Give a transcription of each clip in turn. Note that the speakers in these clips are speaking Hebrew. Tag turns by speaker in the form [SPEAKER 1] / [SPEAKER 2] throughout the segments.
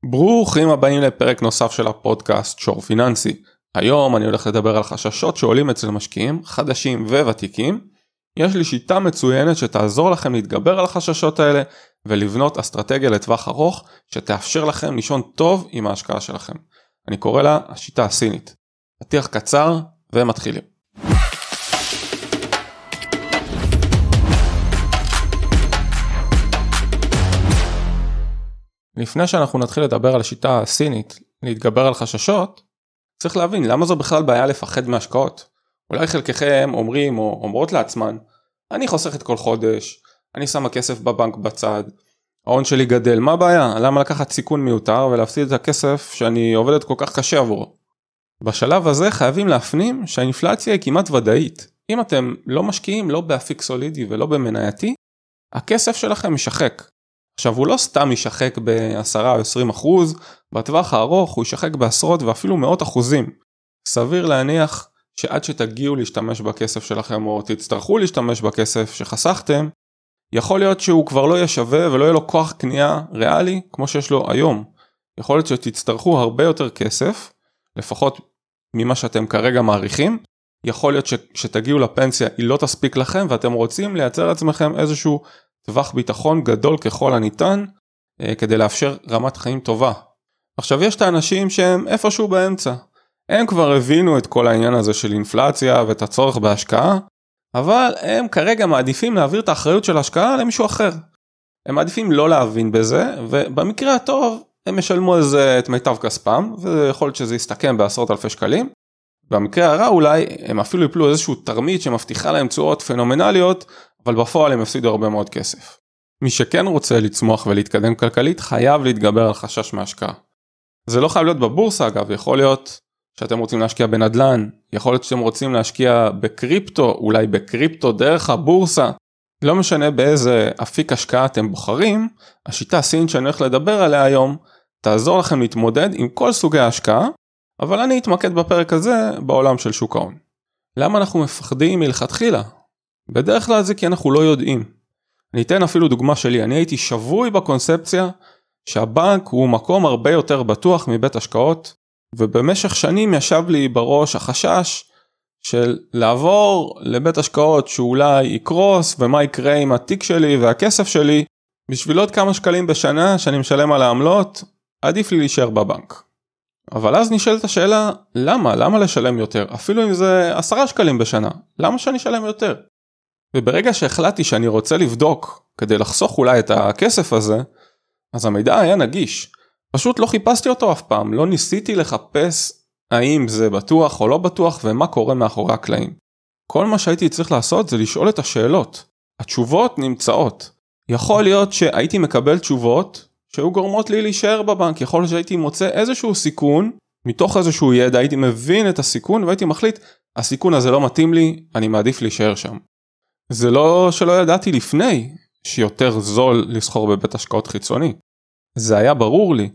[SPEAKER 1] ברוכים הבאים לפרק נוסף של הפודקאסט שור פיננסי. היום אני הולך לדבר על חששות שעולים אצל משקיעים חדשים וותיקים. יש לי שיטה מצוינת שתעזור לכם להתגבר על החששות האלה ולבנות אסטרטגיה לטווח ארוך שתאפשר לכם לישון טוב עם ההשקעה שלכם. אני קורא לה השיטה הסינית. פתיח קצר ומתחילים. לפני שאנחנו נתחיל לדבר על השיטה הסינית, להתגבר על חששות, צריך להבין למה זו בכלל בעיה לפחד מהשקעות. אולי חלקכם אומרים או אומרות לעצמן, אני חוסכת כל חודש, אני שמה כסף בבנק בצד, ההון שלי גדל, מה הבעיה? למה לקחת סיכון מיותר ולהפסיד את הכסף שאני עובדת כל כך קשה עבורו? בשלב הזה חייבים להפנים שהאינפלציה היא כמעט ודאית. אם אתם לא משקיעים, לא באפיק סולידי ולא במנייתי, הכסף שלכם משחק. עכשיו הוא לא סתם ישחק ב10 או 20%, בטווח הארוך הוא ישחק בעשרות ואפילו מאות אחוזים. סביר להניח שעד שתגיעו להשתמש בכסף שלכם או תצטרכו להשתמש בכסף שחסכתם, יכול להיות שהוא כבר לא יהיה שווה ולא יהיה לו כוח קנייה ריאלי כמו שיש לו היום. יכול להיות שתצטרכו הרבה יותר כסף, לפחות ממה שאתם כרגע מעריכים. יכול להיות שתגיעו לפנסיה היא לא תספיק לכם ואתם רוצים לייצר לעצמכם איזשהו טווח ביטחון גדול ככל הניתן כדי לאפשר רמת חיים טובה. עכשיו יש את האנשים שהם איפשהו באמצע. הם כבר הבינו את כל העניין הזה של אינפלציה ואת הצורך בהשקעה, אבל הם כרגע מעדיפים להעביר את האחריות של ההשקעה למישהו אחר. הם מעדיפים לא להבין בזה, ובמקרה הטוב הם משלמו על זה את מיטב כספם, ויכול להיות שזה יסתכם בעשרות אלפי שקלים. במקרה הרע אולי הם אפילו יפלו איזשהו תרמית שמבטיחה להם תשואות פנומנליות, אבל בפועל הם הפסידו הרבה מאוד כסף. מי שכן רוצה לצמוח ולהתקדם כלכלית חייב להתגבר על חשש מהשקעה. זה לא חייב להיות בבורסה אגב, יכול להיות שאתם רוצים להשקיע בנדל"ן, יכול להיות שאתם רוצים להשקיע בקריפטו, אולי בקריפטו דרך הבורסה. לא משנה באיזה אפיק השקעה אתם בוחרים, השיטה הסינית שאני הולך לדבר עליה היום, תעזור לכם להתמודד עם כל סוגי ההשקעה, אבל אני אתמקד בפרק הזה בעולם של שוק ההון. למה אנחנו מפחדים מלכתחילה? בדרך כלל זה כי אנחנו לא יודעים. אני אתן אפילו דוגמה שלי, אני הייתי שבוי בקונספציה שהבנק הוא מקום הרבה יותר בטוח מבית השקעות, ובמשך שנים ישב לי בראש החשש של לעבור לבית השקעות שאולי יקרוס, ומה יקרה עם התיק שלי והכסף שלי, בשביל עוד כמה שקלים בשנה שאני משלם על העמלות, עדיף לי להישאר בבנק. אבל אז נשאלת השאלה, למה לשלם יותר? אפילו אם זה 10 שקלים בשנה, למה שאני אשלם יותר? וברגע שהחלטתי שאני רוצה לבדוק כדי לחסוך אולי את הכסף הזה, אז המידע היה נגיש. פשוט לא חיפשתי אותו אף פעם, לא ניסיתי לחפש האם זה בטוח או לא בטוח ומה קורה מאחורי הקלעים. כל מה שהייתי צריך לעשות זה לשאול את השאלות. התשובות נמצאות. יכול להיות שהייתי מקבל תשובות שהיו גורמות לי להישאר בבנק. יכול להיות שהייתי מוצא איזשהו סיכון, מתוך איזשהו ידע הייתי מבין את הסיכון והייתי מחליט, הסיכון הזה לא מתאים לי, אני מעדיף להישאר שם. זה לא שלא ידעתי לפני שיותר זול לסחור בבית השקעות חיצוני. זה היה ברור לי.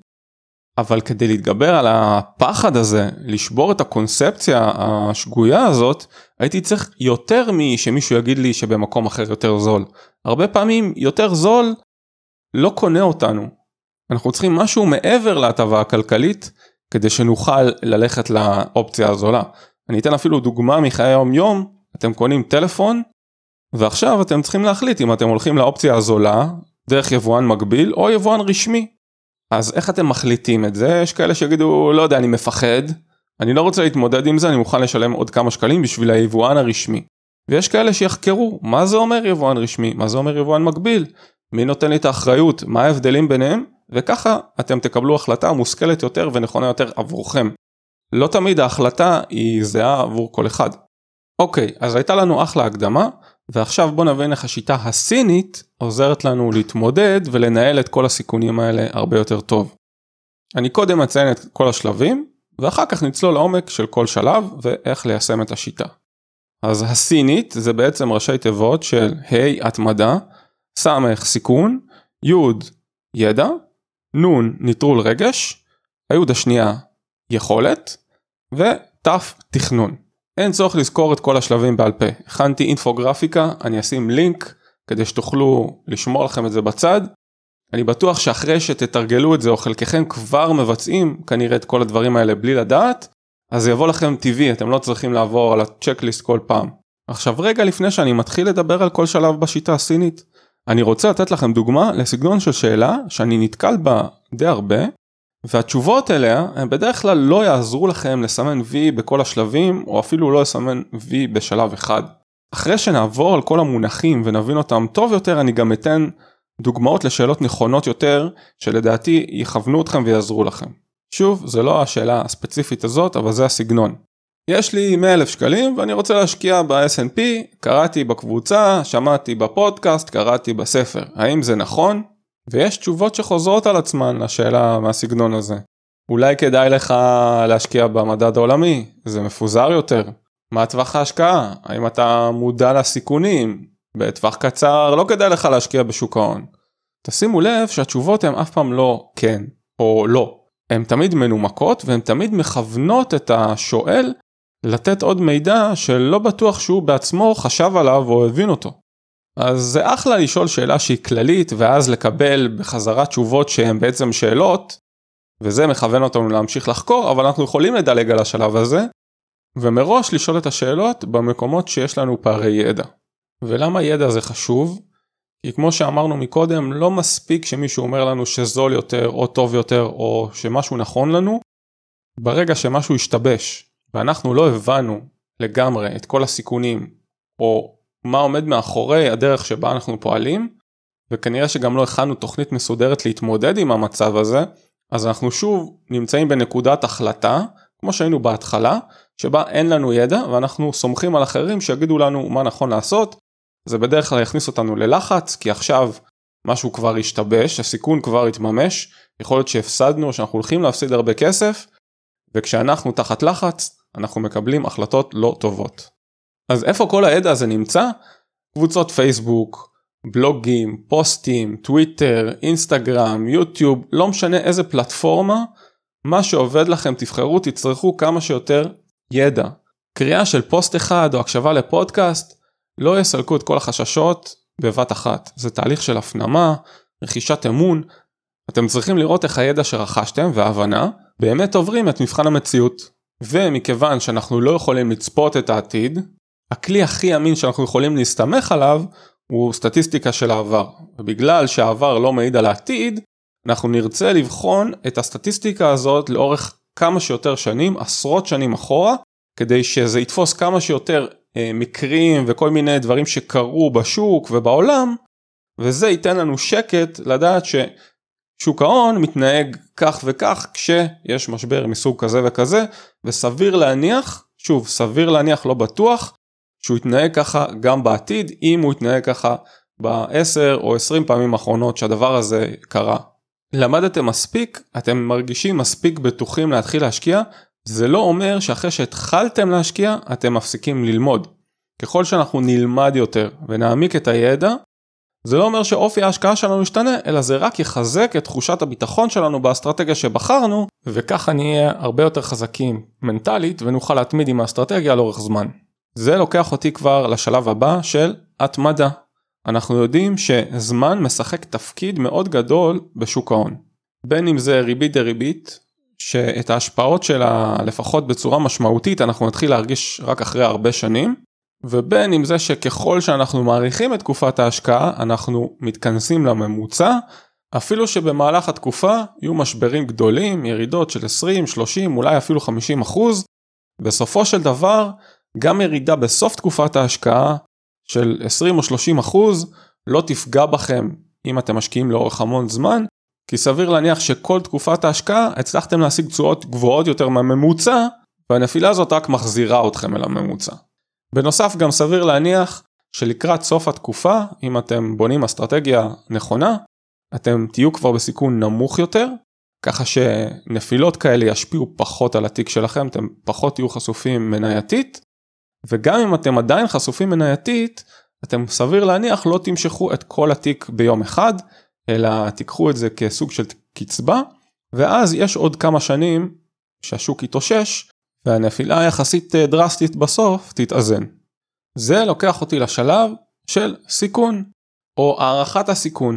[SPEAKER 1] אבל כדי להתגבר על הפחד הזה, לשבור את הקונספציה השגויה הזאת, הייתי צריך יותר שמישהו יגיד לי שבמקום אחר יותר זול. הרבה פעמים יותר זול לא קונה אותנו. אנחנו צריכים משהו מעבר להטבה הכלכלית, כדי שנוכל ללכת לאופציה הזולה. אני אתן אפילו דוגמה מחיי היום יום, אתם קונים טלפון, ועכשיו אתם צריכים להחליט אם אתם הולכים לאופציה הזולה, דרך יבואן מקביל או יבואן רשמי. אז איך אתם מחליטים את זה? יש כאלה שיגידו, לא יודע, אני מפחד, אני לא רוצה להתמודד עם זה, אני מוכן לשלם עוד כמה שקלים בשביל היבואן הרשמי. ויש כאלה שיחקרו, מה זה אומר יבואן רשמי? מה זה אומר יבואן מקביל? מי נותן לי את האחריות? מה ההבדלים ביניהם? וככה אתם תקבלו החלטה מושכלת יותר ונכונה יותר עבורכם. לא תמיד ההחלטה היא זהה עבור כל אחד. אוקיי, אז הייתה לנו אחלה הקדמה, ועכשיו בוא נבין איך השיטה הסינית עוזרת לנו להתמודד ולנהל את כל הסיכונים האלה הרבה יותר טוב. אני קודם אציין את כל השלבים, ואחר כך נצלול לעומק של כל שלב ואיך ליישם את השיטה. אז הסינית זה בעצם ראשי תיבות של ה' התמדה, ס' סיכון, י' ידע, נ' ניטרול רגש, הי' השנייה יכולת, ות' תכנון. אין צורך לזכור את כל השלבים בעל פה. הכנתי אינפוגרפיקה, אני אשים לינק כדי שתוכלו לשמור לכם את זה בצד. אני בטוח שאחרי שתתרגלו את זה, או חלקכם כבר מבצעים כנראה את כל הדברים האלה בלי לדעת, אז זה יבוא לכם טבעי, אתם לא צריכים לעבור על הצ'קליסט כל פעם. עכשיו רגע לפני שאני מתחיל לדבר על כל שלב בשיטה הסינית, אני רוצה לתת לכם דוגמה לסגנון של שאלה שאני נתקל בה די הרבה, והתשובות אליה הם בדרך כלל לא יעזרו לכם לסמן V בכל השלבים, או אפילו לא לסמן V בשלב אחד. אחרי שנעבור על כל המונחים ונבין אותם טוב יותר, אני גם אתן דוגמאות לשאלות נכונות יותר, שלדעתי יכוונו אתכם ויעזרו לכם. שוב, זה לא השאלה הספציפית הזאת, אבל זה הסגנון. יש לי 100,000 שקלים ואני רוצה להשקיע ב-S&P, קראתי בקבוצה, שמעתי בפודקאסט, קראתי בספר. האם זה נכון? ויש תשובות שחוזרות על עצמן לשאלה מהסגנון הזה. אולי כדאי לך להשקיע במדד העולמי, זה מפוזר יותר. מה טווח ההשקעה? האם אתה מודע לסיכונים? בטווח קצר לא כדאי לך להשקיע בשוק ההון. תשימו לב שהתשובות הן אף פעם לא כן או לא. הן תמיד מנומקות והן תמיד מכוונות את השואל לתת עוד מידע שלא בטוח שהוא בעצמו חשב עליו או הבין אותו. אז זה אחלה לשאול שאלה שהיא כללית ואז לקבל בחזרה תשובות שהן בעצם שאלות, וזה מכוון אותנו להמשיך לחקור, אבל אנחנו יכולים לדלג על השלב הזה, ומראש לשאול את השאלות במקומות שיש לנו פערי ידע. ולמה ידע זה חשוב? כי כמו שאמרנו מקודם, לא מספיק שמישהו אומר לנו שזול יותר או טוב יותר או שמשהו נכון לנו, ברגע שמשהו ישתבש ואנחנו לא הבנו לגמרי את כל הסיכונים או מה עומד מאחורי הדרך שבה אנחנו פועלים, וכנראה שגם לא הכנו תוכנית מסודרת להתמודד עם המצב הזה, אז אנחנו שוב נמצאים בנקודת החלטה, כמו שהיינו בהתחלה, שבה אין לנו ידע ואנחנו סומכים על אחרים שיגידו לנו מה נכון לעשות. זה בדרך כלל יכניס אותנו ללחץ, כי עכשיו משהו כבר השתבש, הסיכון כבר התממש, יכול להיות שהפסדנו, שאנחנו הולכים להפסיד הרבה כסף, וכשאנחנו תחת לחץ, אנחנו מקבלים החלטות לא טובות. אז איפה כל הידע הזה נמצא? קבוצות פייסבוק, בלוגים, פוסטים, טוויטר, אינסטגרם, יוטיוב, לא משנה איזה פלטפורמה, מה שעובד לכם תבחרו, תצטרכו כמה שיותר ידע. קריאה של פוסט אחד או הקשבה לפודקאסט, לא יסלקו את כל החששות בבת אחת. זה תהליך של הפנמה, רכישת אמון. אתם צריכים לראות איך הידע שרכשתם וההבנה באמת עוברים את מבחן המציאות. ומכיוון שאנחנו לא יכולים לצפות את העתיד, הכלי הכי אמין שאנחנו יכולים להסתמך עליו הוא סטטיסטיקה של העבר. ובגלל שהעבר לא מעיד על העתיד, אנחנו נרצה לבחון את הסטטיסטיקה הזאת לאורך כמה שיותר שנים, עשרות שנים אחורה, כדי שזה יתפוס כמה שיותר מקרים וכל מיני דברים שקרו בשוק ובעולם, וזה ייתן לנו שקט לדעת ששוק ההון מתנהג כך וכך כשיש משבר מסוג כזה וכזה, וסביר להניח, שוב סביר להניח לא בטוח, שהוא יתנהג ככה גם בעתיד, אם הוא יתנהג ככה ב10 או 20 פעמים האחרונות שהדבר הזה קרה. למדתם מספיק, אתם מרגישים מספיק בטוחים להתחיל להשקיע, זה לא אומר שאחרי שהתחלתם להשקיע, אתם מפסיקים ללמוד. ככל שאנחנו נלמד יותר ונעמיק את הידע, זה לא אומר שאופי ההשקעה שלנו ישתנה, אלא זה רק יחזק את תחושת הביטחון שלנו באסטרטגיה שבחרנו, וככה נהיה הרבה יותר חזקים מנטלית, ונוכל להתמיד עם האסטרטגיה לאורך זמן. זה לוקח אותי כבר לשלב הבא של התמדה. אנחנו יודעים שזמן משחק תפקיד מאוד גדול בשוק ההון. בין אם זה ריבית דריבית, שאת ההשפעות שלה לפחות בצורה משמעותית אנחנו נתחיל להרגיש רק אחרי הרבה שנים, ובין אם זה שככל שאנחנו מעריכים את תקופת ההשקעה, אנחנו מתכנסים לממוצע, אפילו שבמהלך התקופה יהיו משברים גדולים, ירידות של 20, 30, אולי אפילו 50%, בסופו של דבר, גם ירידה בסוף תקופת ההשקעה של 20 או 30% לא תפגע בכם אם אתם משקיעים לאורך המון זמן, כי סביר להניח שכל תקופת ההשקעה הצלחתם להשיג תשואות גבוהות יותר מהממוצע, והנפילה הזאת רק מחזירה אתכם אל הממוצע. בנוסף גם סביר להניח שלקראת סוף התקופה, אם אתם בונים אסטרטגיה נכונה, אתם תהיו כבר בסיכון נמוך יותר, ככה שנפילות כאלה ישפיעו פחות על התיק שלכם, אתם פחות תהיו חשופים מנייתית, וגם אם אתם עדיין חשופים מנייתית, אתם סביר להניח לא תמשכו את כל התיק ביום אחד, אלא תיקחו את זה כסוג של קצבה, ואז יש עוד כמה שנים שהשוק יתאושש, והנפילה יחסית דרסטית בסוף תתאזן. זה לוקח אותי לשלב של סיכון, או הערכת הסיכון.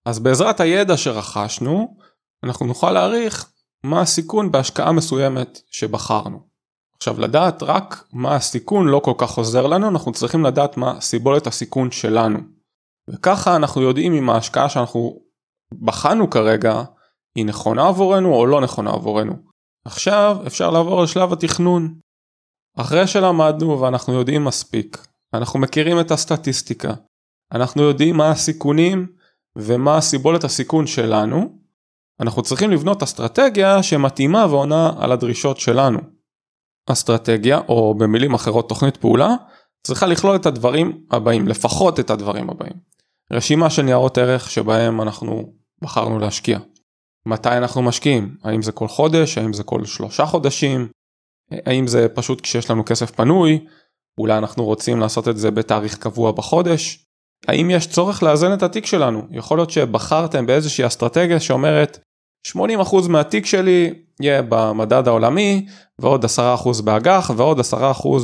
[SPEAKER 1] אז בעזרת הידע שרכשנו, אנחנו נוכל להעריך מה הסיכון בהשקעה מסוימת שבחרנו. עכשיו, לדעת רק מה הסיכון לא כל כך עוזר לנו, אנחנו צריכים לדעת מה סיבולת הסיכון שלנו. וככה אנחנו יודעים אם ההשקעה שאנחנו בחרנו כרגע היא נכונה עבורנו או לא נכונה עבורנו. עכשיו אפשר לעבור לשלב התכנון. אחרי שלמדנו ואנחנו יודעים מספיק, אנחנו מכירים את הסטטיסטיקה, אנחנו יודעים מה הסיכונים ומה סיבולת הסיכון שלנו, אנחנו צריכים לבנות אסטרטגיה שמתאימה ועונה על הדרישות שלנו. אסטרטגיה, או במילים אחרות תוכנית פעולה, צריכה לכלול את הדברים הבאים, לפחות את הדברים הבאים. רשימה של ניירות ערך שבהם אנחנו בחרנו להשקיע. מתי אנחנו משקיעים? האם זה כל חודש? האם זה כל 3 חודשים? האם זה פשוט כשיש לנו כסף פנוי? אולי אנחנו רוצים לעשות את זה בתאריך קבוע בחודש? האם יש צורך לאזן את התיק שלנו? יכול להיות שבחרתם באיזושהי אסטרטגיה שאומרת 80% מהתיק שלי יהיה במדד העולמי, ועוד 10% באג"ח, ועוד 10%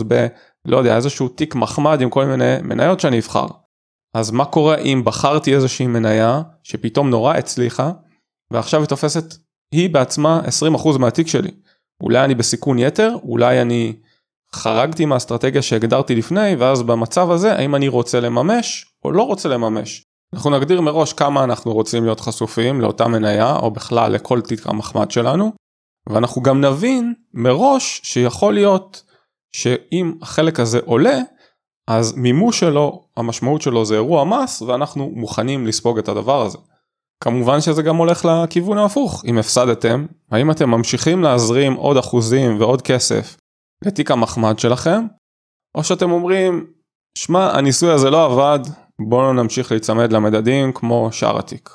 [SPEAKER 1] לא יודע, איזשהו תיק מחמד עם כל מיני מניות שאני אבחר. אז מה קורה אם בחרתי איזושהי מניה שפתאום נורא הצליחה, ועכשיו היא תופסת, היא בעצמה 20% מהתיק שלי. אולי אני בסיכון יתר, אולי אני חרגתי מהאסטרטגיה שהגדרתי לפני, ואז במצב הזה, האם אני רוצה לממש או לא רוצה לממש. אנחנו נגדיר מראש כמה אנחנו רוצים להיות חשופים לאותה מניה, או בכלל לכל תיק המחמד שלנו, ואנחנו גם נבין מראש שיכול להיות שאם החלק הזה עולה, אז מימוש שלו, המשמעות שלו זה אירוע מס, ואנחנו מוכנים לספוג את הדבר הזה. כמובן שזה גם הולך לכיוון ההפוך. אם הפסדתם, האם אתם ממשיכים להזרים עוד אחוזים ועוד כסף לתיק המחמד שלכם, או שאתם אומרים, שמע, הניסוי הזה לא עבד, בואו נמשיך להצמד למדדים כמו שאר התיק.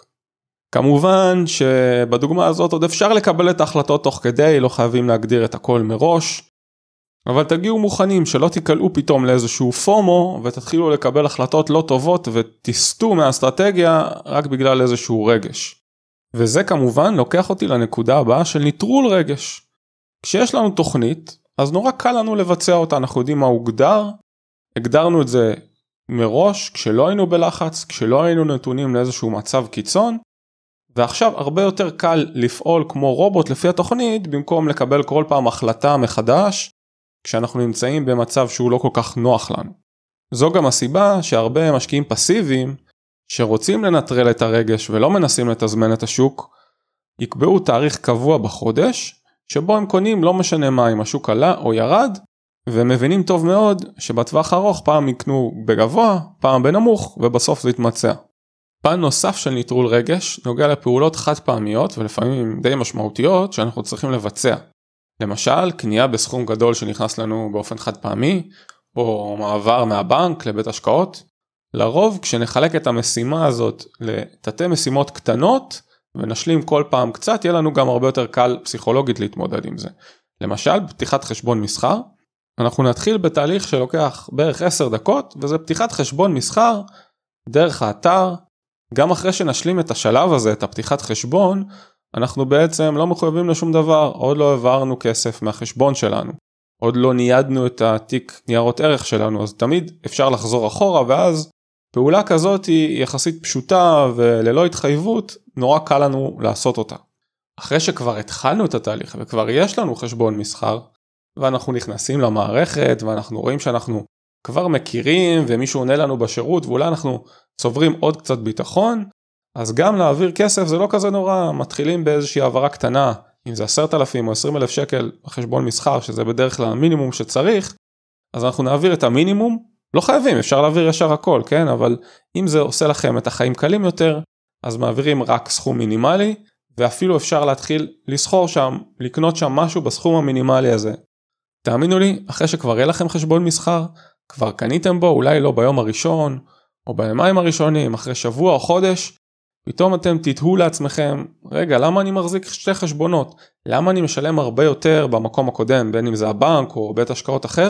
[SPEAKER 1] כמובן שבדוגמה הזאת עוד אפשר לקבל את ההחלטות תוך כדי, לא חייבים להגדיר את הכל מראש, אבל תגיעו מוכנים שלא תיקלעו פתאום לאיזשהו פומו, ותתחילו לקבל החלטות לא טובות ותסטו מהאסטרטגיה רק בגלל איזשהו רגש. וזה כמובן לוקח אותי לנקודה הבאה של ניטרול רגש. כשיש לנו תוכנית, אז נורא קל לנו לבצע אותה, אנחנו יודעים מה הוגדר, הגדרנו את זה מראש, כשלא היינו בלחץ, כשלא היינו נתונים לאיזשהו מצב קיצון, ועכשיו הרבה יותר קל לפעול כמו רובוט לפי התוכנית, במקום לקבל כל פעם החלטה מחדש, כשאנחנו נמצאים במצב שהוא לא כל כך נוח לנו. זו גם הסיבה שהרבה משקיעים פסיביים, שרוצים לנטרל את הרגש ולא מנסים לתזמן את השוק, יקבעו תאריך קבוע בחודש, שבו הם קונים לא משנה מה אם השוק עלה או ירד, ומבינים טוב מאוד שבטווח ארוך פעם יקנו בגבוה, פעם בנמוך, ובסוף זה יתמצע. פן נוסף של ניטרול רגש נוגע לפעולות חד פעמיות ולפעמים די משמעותיות שאנחנו צריכים לבצע. למשל, קנייה בסכום גדול שנכנס לנו באופן חד פעמי, או מעבר מהבנק לבית השקעות. לרוב כשנחלק את המשימה הזאת לתתי משימות קטנות ונשלים כל פעם קצת, יהיה לנו גם הרבה יותר קל פסיכולוגית להתמודד עם זה. למשל, פתיחת חשבון מסחר. אנחנו נתחיל בתהליך שלוקח בערך 10 דקות, וזה פתיחת חשבון מסחר דרך האתר. גם אחרי שנשלים את השלב הזה, את הפתיחת חשבון, אנחנו בעצם לא מחויבים לשום דבר, עוד לא העברנו כסף מהחשבון שלנו, עוד לא ניידנו את התיק ניירות ערך שלנו, אז תמיד אפשר לחזור אחורה, ואז פעולה כזאת היא יחסית פשוטה וללא התחייבות, נורא קל לנו לעשות אותה. אחרי שכבר התחלנו את התהליך וכבר יש לנו חשבון מסחר, ואנחנו נכנסים למערכת ואנחנו רואים שאנחנו כבר מכירים ומישהו עונה לנו בשירות, ואולי אנחנו צוברים עוד קצת ביטחון, אז גם להעביר כסף זה לא כזה נורא, מתחילים באיזושהי העברה קטנה, אם זה 10,000 או 20,000 שקל בחשבון מסחר, שזה בדרך כלל המינימום שצריך, אז אנחנו נעביר את המינימום, לא חייבים, אפשר להעביר ישר הכל, כן? אבל אם זה עושה לכם את החיים קלים יותר, אז מעבירים רק סכום מינימלי, ואפילו אפשר להתחיל לסחור שם, לקנות שם משהו בסכום המינימלי הזה. תאמינו לי, אחרי שכבר יהיה לכם חשבון מסחר, כבר קניתם בו, אולי לא ביום הראשון, או ביומיים הראשונים, אחרי שבוע או חודש, פתאום אתם תתהו לעצמכם, רגע, למה אני מחזיק 2 חשבונות? למה אני משלם הרבה יותר במקום הקודם, בין אם זה הבנק או בית השקעות אחר?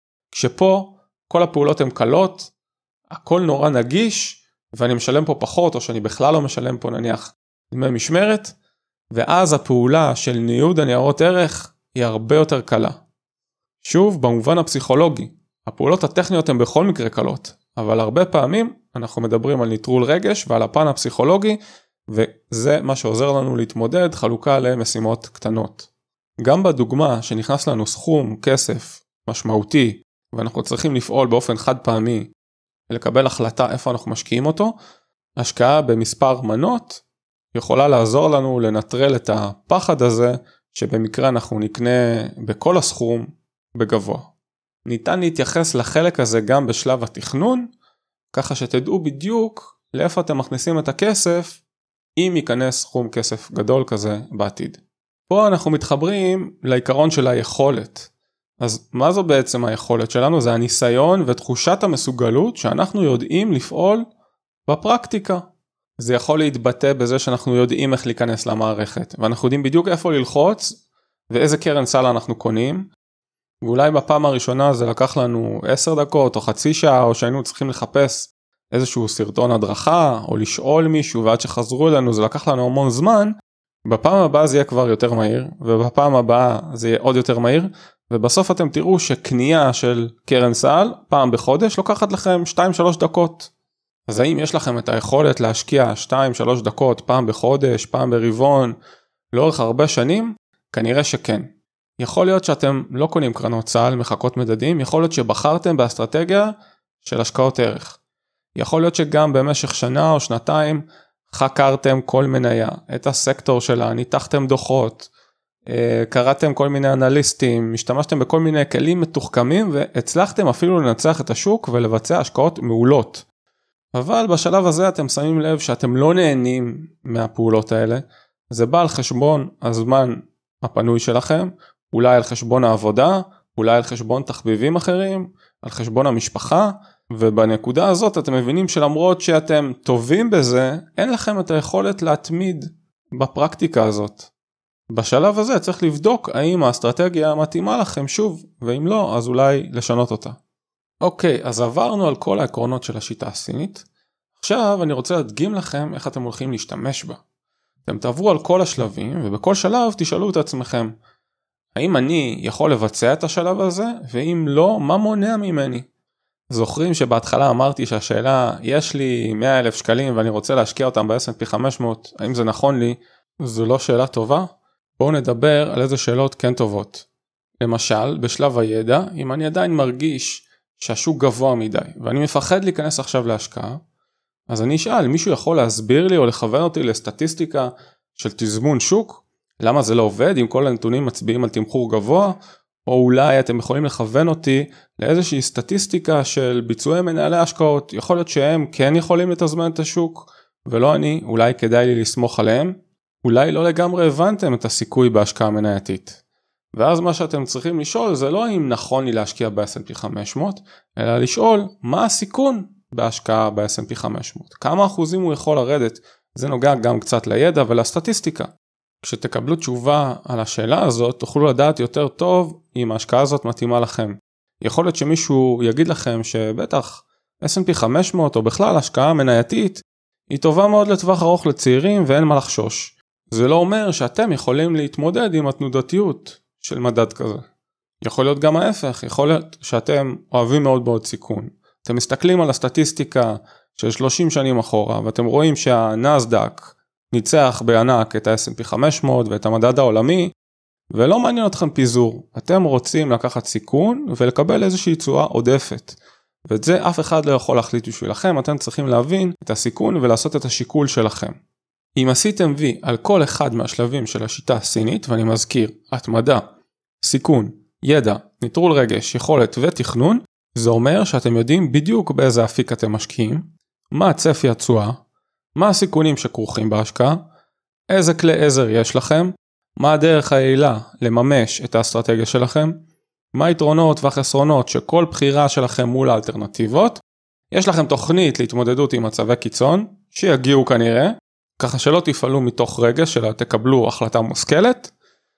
[SPEAKER 1] כשפה כל הפעולות הן קלות, הכל נורא נגיש, ואני משלם פה פחות, או שאני בכלל לא משלם פה נניח דמי משמרת, ואז הפעולה של ניוד הניירות ערך היא הרבה יותר קלה. שוב, במובן הפסיכולוגי, הפעולות הטכניות הן בכל מקרה קלות, אבל הרבה פעמים אנחנו מדברים על ניטרול רגש ועל הפן הפסיכולוגי, וזה מה שעוזר לנו להתמודד חלוקה למשימות קטנות. גם בדוגמה שנכנס לנו סכום כסף משמעותי, ואנחנו צריכים לפעול באופן חד פעמי, ולקבל החלטה איפה אנחנו משקיעים אותו, השקעה במספר מנות יכולה לעזור לנו לנטרל את הפחד הזה, שבמקרה אנחנו נקנה בכל הסכום בגבוה. ניתן להתייחס לחלק הזה גם בשלב התכנון, ככה שתדעו בדיוק לאיפה אתם מכניסים את הכסף, אם ייכנס סכום כסף גדול כזה בעתיד. פה אנחנו מתחברים לעיקרון של היכולת. אז מה זו בעצם היכולת שלנו? זה הניסיון ותחושת המסוגלות שאנחנו יודעים לפעול בפרקטיקה. זה יכול להתבטא בזה שאנחנו יודעים איך להיכנס למערכת, ואנחנו יודעים בדיוק איפה ללחוץ, ואיזה קרן סל אנחנו קונים, ואולי בפעם הראשונה זה לקח לנו 10 דקות או חצי שעה, או שהיינו צריכים לחפש איזשהו סרטון הדרכה, או לשאול מישהו, ועד שחזרו אלינו זה לקח לנו המון זמן. בפעם הבאה זה יהיה כבר יותר מהיר, ובפעם הבאה זה יהיה עוד יותר מהיר, ובסוף אתם תראו שקנייה של קרן סל פעם בחודש לוקחת לכם 2-3 דקות. אז האם יש לכם את היכולת להשקיע 2-3 דקות פעם בחודש, פעם ברבעון, לאורך הרבה שנים? כנראה שכן. יכול להיות שאתם לא קונים קרנות סל, מחכות מדדים, יכול להיות שבחרתם באסטרטגיה של השקעות ערך. יכול להיות שגם במשך שנה או שנתיים חקרתם כל מניה, את הסקטור שלה, ניתחתם דוחות, קראתם כל מיני אנליסטים, השתמשתם בכל מיני כלים מתוחכמים, והצלחתם אפילו לנצח את השוק ולבצע השקעות מעולות. אבל בשלב הזה אתם שמים לב שאתם לא נהנים מהפעולות האלה, זה בא על חשבון הזמן הפנוי שלכם, אולי על חשבון העבודה, אולי על חשבון תחביבים אחרים, על חשבון המשפחה, ובנקודה הזאת אתם מבינים שלמרות שאתם טובים בזה, אין לכם את היכולת להתמיד בפרקטיקה הזאת. בשלב הזה צריך לבדוק האם האסטרטגיה מתאימה לכם שוב, ואם לא, אז אולי לשנות אותה. אוקיי, אז עברנו על כל העקרונות של השיטה הסינית. עכשיו אני רוצה להדגים לכם איך אתם הולכים להשתמש בה. אתם תעברו על כל השלבים, ובכל שלב תשאלו את עצמכם, האם אני יכול לבצע את השלב הזה, ואם לא, מה מונע ממני? זוכרים שבהתחלה אמרתי שהשאלה, יש לי 100,000 שקלים ואני רוצה להשקיע אותם ב-S&P 500, האם זה נכון לי? זו לא שאלה טובה? בואו נדבר על איזה שאלות כן טובות. למשל, בשלב הידע, אם אני עדיין מרגיש שהשוק גבוה מדי, ואני מפחד להיכנס עכשיו להשקעה, אז אני אשאל, מישהו יכול להסביר לי או לכוון אותי לסטטיסטיקה של תזמון שוק? למה זה לא עובד אם כל הנתונים מצביעים על תמחור גבוה? או אולי אתם יכולים לכוון אותי לאיזושהי סטטיסטיקה של ביצועי מנהלי השקעות, יכול להיות שהם כן יכולים לתזמן את השוק, ולא אני, אולי כדאי לי לסמוך עליהם, אולי לא לגמרי הבנתם את הסיכוי בהשקעה מנייתית. ואז מה שאתם צריכים לשאול זה לא אם נכון לי להשקיע ב-S&P 500, אלא לשאול מה הסיכון בהשקעה ב-S&P 500, כמה אחוזים הוא יכול לרדת, זה נוגע גם קצת לידע ולסטטיסטיקה. כשתקבלו תשובה על השאלה הזאת, תוכלו לדעת יותר טוב אם ההשקעה הזאת מתאימה לכם. יכול להיות שמישהו יגיד לכם שבטח S&P 500 או בכלל השקעה מנייתית, היא טובה מאוד לטווח ארוך לצעירים ואין מה לחשוש. זה לא אומר שאתם יכולים להתמודד עם התנודתיות של מדד כזה. יכול להיות גם ההפך, יכול להיות שאתם אוהבים מאוד מאוד סיכון. אתם מסתכלים על הסטטיסטיקה של 30 שנים אחורה, ואתם רואים שהנאסדק ניצח בענק את ה-S&P 500 ואת המדד העולמי, ולא מעניין אתכם פיזור. אתם רוצים לקחת סיכון ולקבל איזושהי תשואה עודפת. ואת זה אף אחד לא יכול להחליט בשבילכם, אתם צריכים להבין את הסיכון ולעשות את השיקול שלכם. אם עשיתם וי על כל אחד מהשלבים של השיטה הסינית, ואני מזכיר, התמדה, סיכון, ידע, ניטרול רגש, יכולת ותכנון, זה אומר שאתם יודעים בדיוק באיזה אפיק אתם משקיעים, מה הצפי התשואה, מה הסיכונים שכרוכים בהשקעה, איזה כלי עזר יש לכם, מה הדרך היעילה לממש את האסטרטגיה שלכם, מה היתרונות והחסרונות שכל בחירה שלכם מול האלטרנטיבות, יש לכם תוכנית להתמודדות עם מצבי קיצון, שיגיעו כנראה, ככה שלא תפעלו מתוך רגש, אלא תקבלו החלטה מושכלת,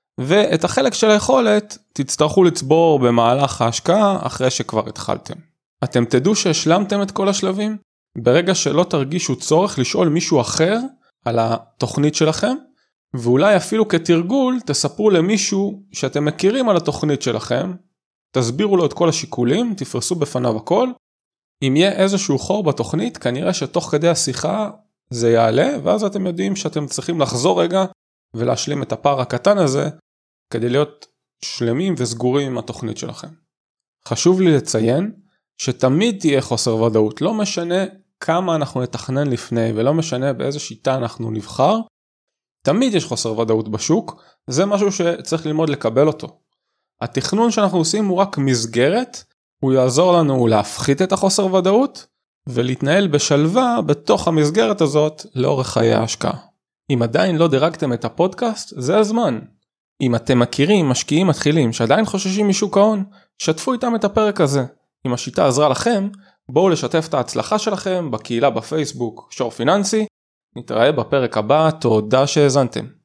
[SPEAKER 1] ואת החלק של היכולת תצטרכו לצבור במהלך ההשקעה אחרי שכבר התחלתם. אתם תדעו שהשלמתם את כל השלבים, ברגע שלא תרגישו צורך לשאול מישהו אחר על התוכנית שלכם, ואולי אפילו כתרגול תספרו למישהו שאתם מכירים על התוכנית שלכם, תסבירו לו את כל השיקולים, תפרסו בפניו הכל, אם יהיה איזשהו חור בתוכנית, כנראה שתוך כדי השיחה זה יעלה, ואז אתם יודעים שאתם צריכים לחזור רגע ולהשלים את הפער הקטן הזה, כדי להיות שלמים וסגורים עם התוכנית שלכם. חשוב לי לציין שתמיד תהיה חוסר ודאות, לא משנה כמה אנחנו נתכנן לפני, ולא משנה באיזה שיטה אנחנו נבחר, תמיד יש חוסר ודאות בשוק, זה משהו שצריך ללמוד לקבל אותו. התכנון שאנחנו עושים הוא רק מסגרת, הוא יעזור לנו להפחית את החוסר ודאות, ולהתנהל בשלווה בתוך המסגרת הזאת לאורך חיי ההשקעה. אם עדיין לא דירגתם את הפודקאסט, זה הזמן. אם אתם מכירים משקיעים מתחילים שעדיין חוששים משוק ההון, שתפו איתם את הפרק הזה. אם השיטה עזרה לכם, בואו לשתף את ההצלחה שלכם בקהילה בפייסבוק שור פיננסי. נתראה בפרק הבא, תודה שהאזנתם.